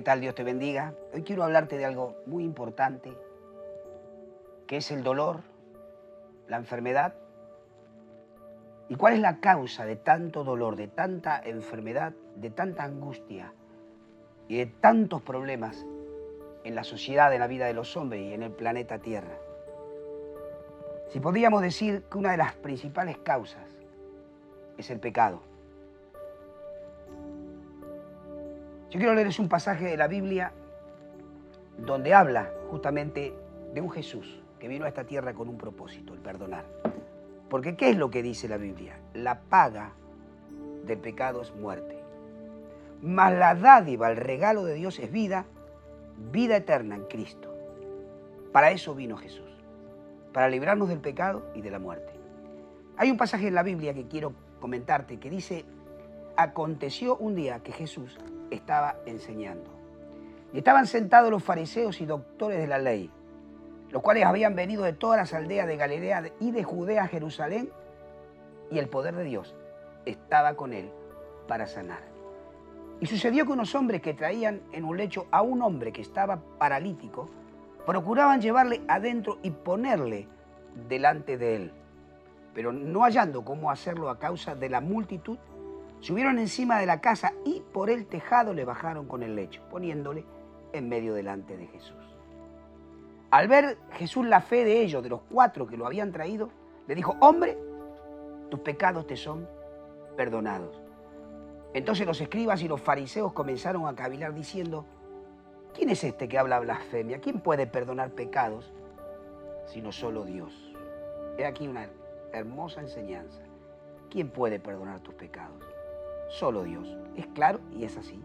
tal? Dios te bendiga. Hoy quiero hablarte de algo muy importante, que es el dolor, la enfermedad. ¿Y cuál es la causa de tanto dolor, de tanta enfermedad, de tanta angustia y de tantos problemas en la sociedad, en la vida de los hombres y en el planeta Tierra? Si podríamos decir que una de las principales causas es el pecado. Yo quiero leerles un pasaje de la Biblia donde habla justamente de un Jesús que vino a esta tierra con un propósito, el perdonar. Porque ¿qué es lo que dice la Biblia? La paga del pecado es muerte. Mas la dádiva, el regalo de Dios es vida, vida eterna en Cristo. Para eso vino Jesús, para librarnos del pecado y de la muerte. Hay un pasaje en la Biblia que quiero comentarte que dice: aconteció un día que Jesús estaba enseñando. Y estaban sentados los fariseos y doctores de la ley, los cuales habían venido de todas las aldeas de Galilea y de Judea a Jerusalén, y el poder de Dios estaba con él para sanar. Y sucedió que unos hombres que traían en un lecho a un hombre que estaba paralítico, procuraban llevarle adentro y ponerle delante de él. Pero no hallando cómo hacerlo a causa de la multitud, subieron encima de la casa y por el tejado le bajaron con el lecho, poniéndole en medio delante de Jesús. Al ver Jesús la fe de ellos, de los 4 que lo habían traído, le dijo: hombre, tus pecados te son perdonados. Entonces los escribas y los fariseos comenzaron a cavilar diciendo: ¿quién es este que habla blasfemia? ¿Quién puede perdonar pecados sino solo Dios? He aquí una hermosa enseñanza. ¿Quién puede perdonar tus pecados? Solo Dios. Es claro y es así.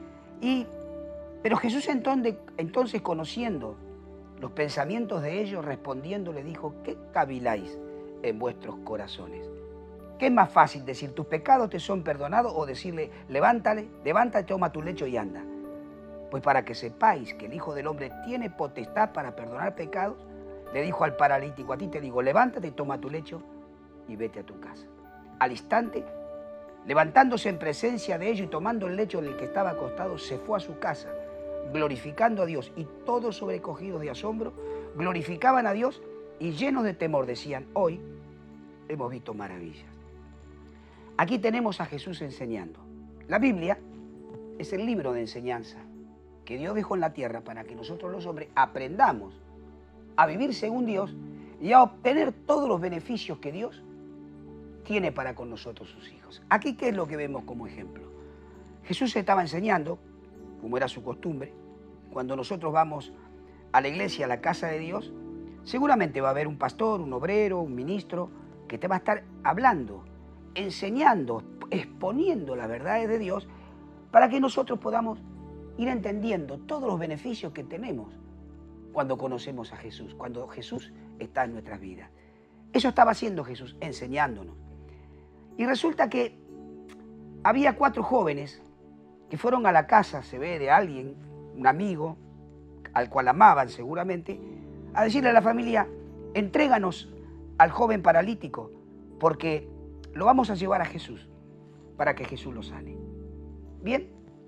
Pero Jesús entonces, conociendo los pensamientos de ellos, respondiendo, le dijo: ¿qué caviláis en vuestros corazones? ¿Qué es más fácil, decir tus pecados te son perdonados, o decirle levántate, toma tu lecho y anda? Pues para que sepáis que el Hijo del Hombre tiene potestad para perdonar pecados, le dijo al paralítico: a ti te digo, levántate, toma tu lecho y vete a tu casa. Al instante, levantándose en presencia de ellos y tomando el lecho en el que estaba acostado, se fue a su casa, glorificando a Dios, y todos sobrecogidos de asombro glorificaban a Dios y llenos de temor decían: hoy hemos visto maravillas. Aquí tenemos a Jesús enseñando. La Biblia es el libro de enseñanza que Dios dejó en la tierra para que nosotros los hombres aprendamos a vivir según Dios y a obtener todos los beneficios que Dios tiene para con nosotros, sus hijos. Aquí, ¿qué es lo que vemos como ejemplo? Jesús estaba enseñando, como era su costumbre. Cuando nosotros vamos a la iglesia, a la casa de Dios, seguramente va a haber un pastor, un obrero, un ministro, que te va a estar hablando, enseñando, exponiendo las verdades de Dios, para que nosotros podamos ir entendiendo todos los beneficios que tenemos cuando conocemos a Jesús, cuando Jesús está en nuestras vidas. Eso estaba haciendo Jesús, enseñándonos. Y resulta que había 4 jóvenes que fueron a la casa, se ve, de alguien, un amigo, al cual amaban seguramente, a decirle a la familia: entréganos al joven paralítico, porque lo vamos a llevar a Jesús, para que Jesús lo sane. Bien,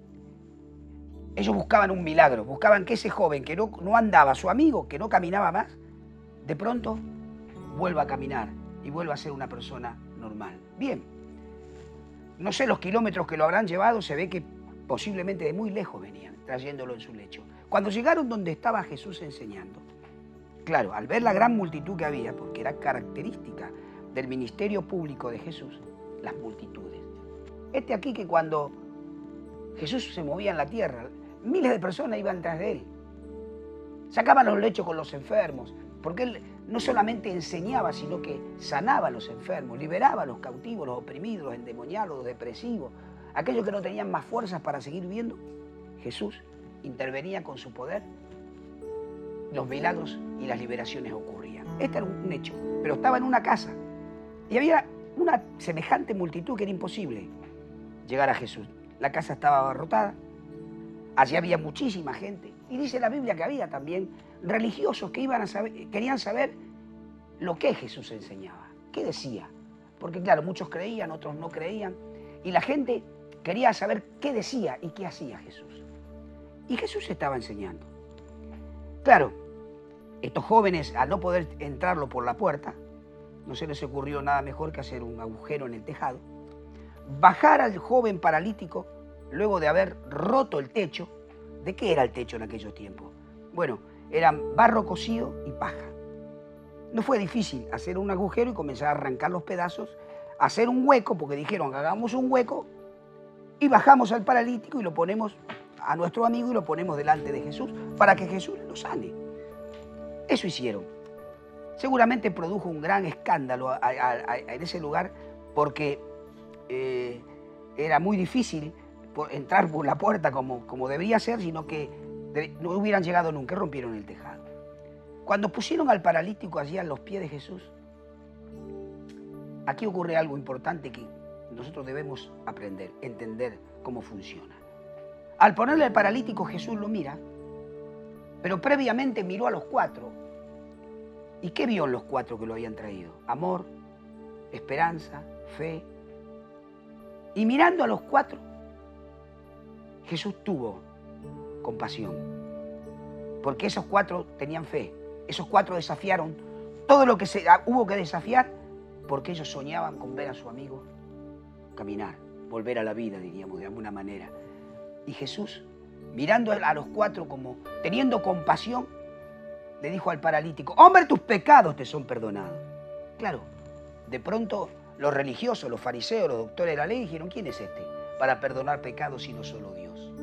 ellos buscaban un milagro, buscaban que ese joven que no andaba, su amigo que no caminaba más, de pronto vuelva a caminar y vuelva a ser una persona normal. Bien, no sé los kilómetros que lo habrán llevado, se ve que posiblemente de muy lejos venían, trayéndolo en su lecho. Cuando llegaron donde estaba Jesús enseñando, claro, al ver la gran multitud que había, porque era característica del ministerio público de Jesús, las multitudes. Aquí que cuando Jesús se movía en la tierra, miles de personas iban tras de él. Sacaban los lechos con los enfermos, porque él no solamente enseñaba, sino que sanaba a los enfermos, liberaba a los cautivos, los oprimidos, los endemoniados, los depresivos, aquellos que no tenían más fuerzas para seguir viviendo. Jesús intervenía con su poder, los milagros y las liberaciones ocurrían. Este era un hecho, pero estaba en una casa y había una semejante multitud que era imposible llegar a Jesús. La casa estaba abarrotada, allí había muchísima gente, y dice la Biblia que había también religiosos que querían saber lo que Jesús enseñaba, qué decía, porque claro, muchos creían, otros no creían, y la gente quería saber qué decía y qué hacía Jesús. Y Jesús estaba enseñando. Claro, estos jóvenes, al no poder entrarlo por la puerta, no se les ocurrió nada mejor que hacer un agujero en el tejado, bajar al joven paralítico, luego de haber roto el techo. ¿De qué era el techo en aquellos tiempos? Bueno, eran barro cocido y paja. No fue difícil hacer un agujero y comenzar a arrancar los pedazos, hacer un hueco, porque dijeron, hagamos un hueco, y bajamos al paralítico y lo ponemos a nuestro amigo y lo ponemos delante de Jesús, para que Jesús lo sane. Eso hicieron. Seguramente produjo un gran escándalo en ese lugar, porque era muy difícil entrar por la puerta como debería ser, sino que no hubieran llegado nunca, rompieron el tejado. Cuando pusieron al paralítico allí a los pies de Jesús, aquí ocurre algo importante que nosotros debemos aprender, entender cómo funciona. Al ponerle al paralítico, Jesús lo mira, pero previamente miró a los cuatro. ¿Y qué vio en los cuatro que lo habían traído? Amor, esperanza, fe. Y mirando a los cuatro, Jesús tuvo compasión, porque esos cuatro tenían fe. Esos cuatro desafiaron todo lo que hubo que desafiar, porque ellos soñaban con ver a su amigo caminar, volver a la vida, diríamos, de alguna manera. Y Jesús, mirando a los cuatro como teniendo compasión, le dijo al paralítico, hombre, tus pecados te son perdonados. Claro, de pronto los religiosos, los fariseos, los doctores de la ley dijeron, ¿quién es este para perdonar pecados sino solo Dios?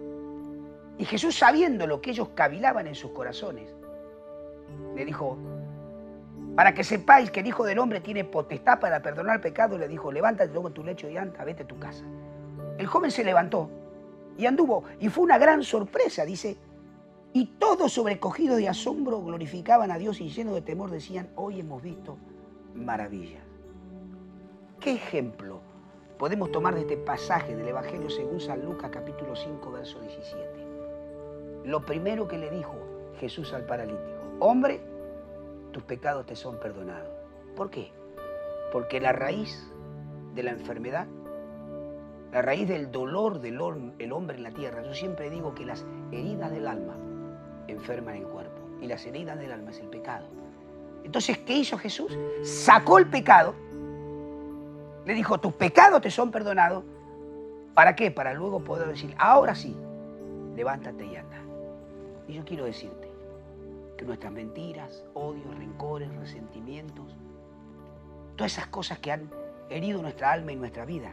Y Jesús, sabiendo lo que ellos cavilaban en sus corazones, le dijo, para que sepáis que el Hijo del Hombre tiene potestad para perdonar pecados, le dijo, levántate, toma tu lecho y anda, vete a tu casa. El joven se levantó y anduvo, y fue una gran sorpresa, dice, y todos sobrecogidos de asombro glorificaban a Dios y llenos de temor decían, hoy hemos visto maravillas. ¿Qué ejemplo podemos tomar de este pasaje del Evangelio según San Lucas capítulo 5, verso 17? Lo primero que le dijo Jesús al paralítico, hombre, tus pecados te son perdonados. ¿Por qué? Porque la raíz de la enfermedad, la raíz del dolor del hombre en la tierra, yo siempre digo que las heridas del alma enferman el cuerpo, y las heridas del alma es el pecado. Entonces, ¿qué hizo Jesús? Sacó el pecado, le dijo, tus pecados te son perdonados. ¿Para qué? Para luego poder decir, ahora sí, levántate y anda. Y yo quiero decirte que nuestras mentiras, odios, rencores, resentimientos, todas esas cosas que han herido nuestra alma y nuestra vida,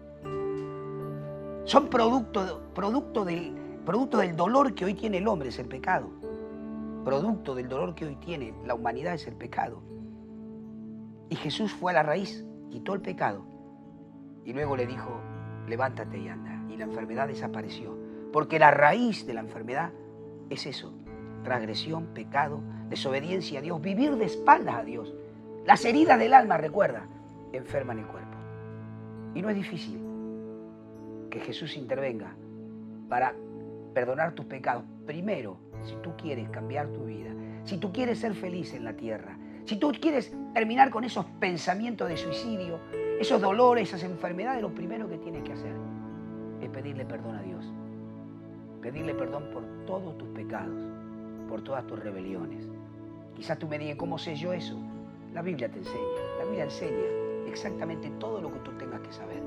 son producto del dolor que hoy tiene el hombre, es el pecado. Producto del dolor que hoy tiene la humanidad es el pecado. Y Jesús fue a la raíz, quitó el pecado y luego le dijo, levántate y anda. Y la enfermedad desapareció. Porque la raíz de la enfermedad es eso, transgresión, pecado, desobediencia a Dios, vivir de espaldas a Dios. Las heridas del alma, recuerda, enferman el cuerpo. Y no es difícil que Jesús intervenga para perdonar tus pecados. Primero, si tú quieres cambiar tu vida, si tú quieres ser feliz en la tierra, si tú quieres terminar con esos pensamientos de suicidio, esos dolores, esas enfermedades, lo primero que tienes que hacer es pedirle perdón a Dios. Pedirle perdón por todos tus pecados, por todas tus rebeliones. Quizás tú me digas, ¿cómo sé yo eso? La Biblia te enseña. La Biblia enseña exactamente todo lo que tú tengas que saber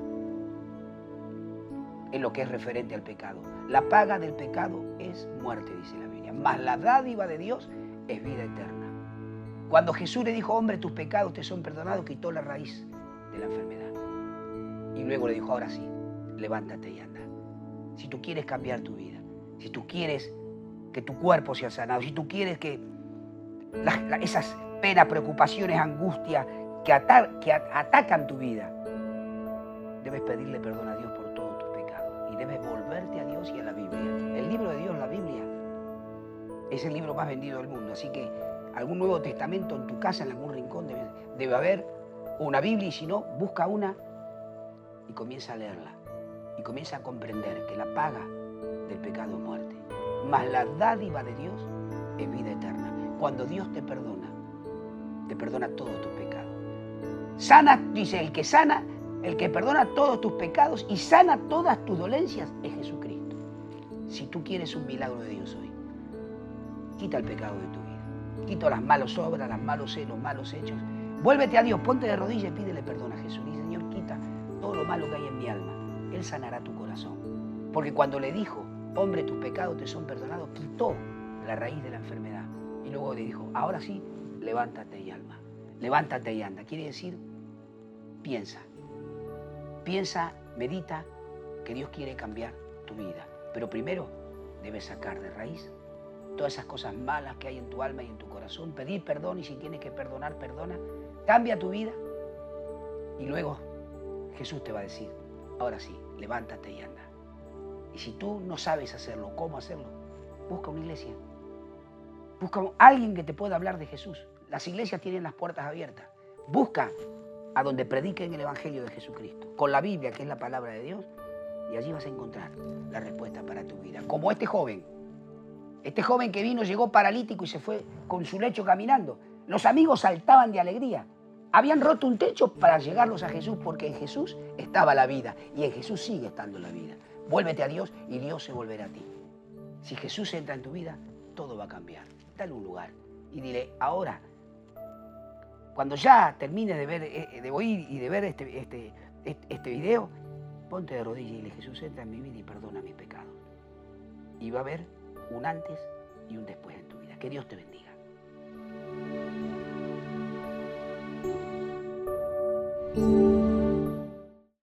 en lo que es referente al pecado. La paga del pecado es muerte, dice la Biblia, mas la dádiva de Dios es vida eterna. Cuando Jesús le dijo, hombre, tus pecados te son perdonados, quitó la raíz de la enfermedad. Y luego le dijo, ahora sí, levántate y anda. Si tú quieres cambiar tu vida, si tú quieres que tu cuerpo sea sanado, si tú quieres que esas penas, preocupaciones, angustias que atacan tu vida, debes pedirle perdón a Dios por todos tus pecados y debes volverte a Dios y a la Biblia. El libro de Dios, la Biblia, es el libro más vendido del mundo, así que algún Nuevo Testamento en tu casa, en algún rincón, debe haber una Biblia, y si no, busca una y comienza a leerla y comienza a comprender que la paga del pecado es muerte, mas la dádiva de Dios es vida eterna. Cuando Dios te perdona todos tus pecados. Sana, dice, el que perdona todos tus pecados y sana todas tus dolencias es Jesucristo. si tú quieres un milagro de Dios hoy, quita el pecado de tu vida. Quita las malas obras, los malos hechos. Vuélvete a Dios, ponte de rodillas y pídele perdón a Jesús. Dice, Señor, quita todo lo malo que hay en mi alma. Él sanará tu corazón. Porque cuando le dijo, hombre, tus pecados te son perdonados, quitó la raíz de la enfermedad. Y luego le dijo, ahora sí, levántate y alma. Levántate y anda. Quiere decir, piensa. Piensa, medita que Dios quiere cambiar tu vida. Pero primero debes sacar de raíz todas esas cosas malas que hay en tu alma y en tu corazón. Pedir perdón y si tienes que perdonar, perdona. Cambia tu vida. Y luego Jesús te va a decir, ahora sí, levántate y anda. Y si tú no sabes hacerlo, cómo hacerlo, busca una iglesia. Busca a alguien que te pueda hablar de Jesús. Las iglesias tienen las puertas abiertas. Busca a donde prediquen el Evangelio de Jesucristo, con la Biblia, que es la palabra de Dios, y allí vas a encontrar la respuesta para tu vida. Como este joven que vino, llegó paralítico y se fue con su lecho caminando. Los amigos saltaban de alegría. Habían roto un techo para llegarlos a Jesús, porque en Jesús estaba la vida y en Jesús sigue estando la vida. Vuélvete a Dios y Dios se volverá a ti. Si Jesús entra en tu vida, todo va a cambiar. Dale un lugar y dile, ahora, cuando ya termines de oír y de ver este video, ponte de rodillas y dile, Jesús, entra en mi vida y perdona mis pecados. Y va a haber un antes y un después en tu vida. Que Dios te bendiga.